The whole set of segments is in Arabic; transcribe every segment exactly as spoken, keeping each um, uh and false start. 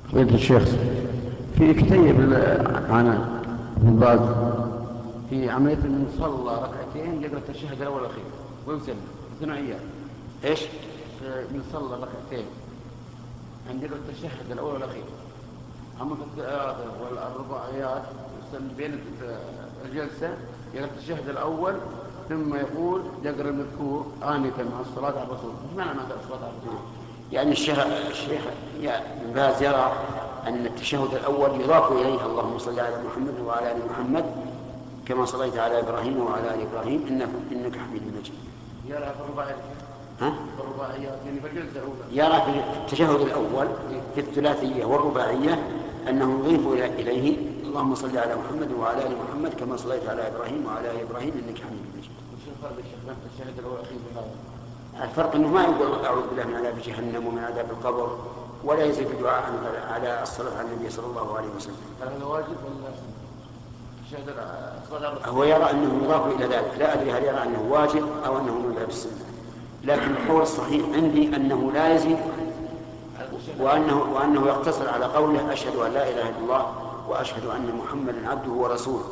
فضيلة الشيخ، في كتيب عن ابن باز في عملية من صلى ركعتين يقرأ التشهد الأول والأخير ويسلم ثنائيات. ايش؟ من صلى ركعتين عند يقرأ التشهد الأول والأخير، أما في والرباعيات بين الجلسة يقرأ التشهد الأول ثم يقول يقرأ المذكور آنفا مع الصلاة على الرسول. ايش معنى مع الصلاة على الرسول؟ يعني الشيخ الشيخ ابن باز يرى أن التشهد الأول يضاف إليه اللهم صل على محمد وعلى آل محمد كما صليت على إبراهيم وعلى آل إبراهيم إنك إنك حميد مجيد. يرى في الرباعيات ها؟ في الرباعيات يعني في الجلسة الأولى. يرى في التشهد الأول في الثلاثية والرباعية أنه يضيف إليه اللهم صل على محمد وعلى آل محمد كما صليت على إبراهيم وعلى آل إبراهيم إنك حميد مجيد. وش الفرق بين التشهد الأول والأخير بهذا؟ الفرق أنه ما يقول أعوذ بالله من عذاب جهنم ومن عذاب القبر، ولا يزيد دعاء على الصلاة على النبي صلى الله عليه وسلم. هذا واجب ولا تشهد الصلاة؟ هو يرى أنه يضاف إلى ذلك، لا أدري هل يرى أنه واجب أو أنه من باب السنة، لكن القول الصحيح عندي أنه لا يزيد، وأنه, وأنه يقتصر على قوله أشهد أن لا إله إلا الله وأشهد أن محمدا عبده ورسوله.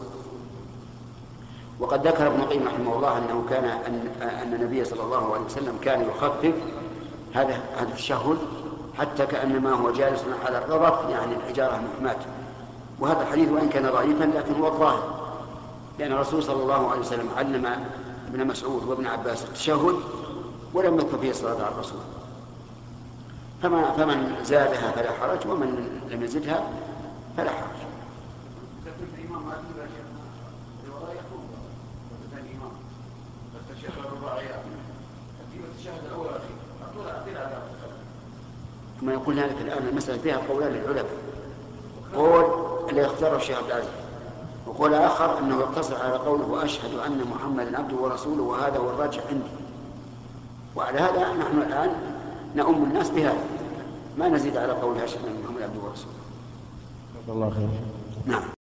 وقد ذكر ابن القيم رحمه الله أنه كان أن, أن النبي صلى الله عليه وسلم كان يخفف هذا هذا التشهد حتى كأنما هو جالس على الرضف، يعني الحجارة محماة. وهذا الحديث وإن كان ضعيفا لكن هو الظاهر، لأن الرسول صلى الله عليه وسلم علم ابن مسعود وابن عباس التشهد ولم يذكر فيه الصلاة على الرسول. فما فمن زادها فلا حرج ومن لم يزدها فلا حرج. ثم يقول لك الآن المسألة فيها قولان للعلماء، قول اللي اختاره الشيخ عبد العزيز، وقول آخر أنه يقتصر على قوله وأشهد أن محمدا عبده ورسوله، وهذا هو الراجح عندي. وعلى هذا نحن الآن نؤم الناس بهذا، ما نزيد على قول أشهد أن محمدا عبده ورسوله. الله خير. نعم.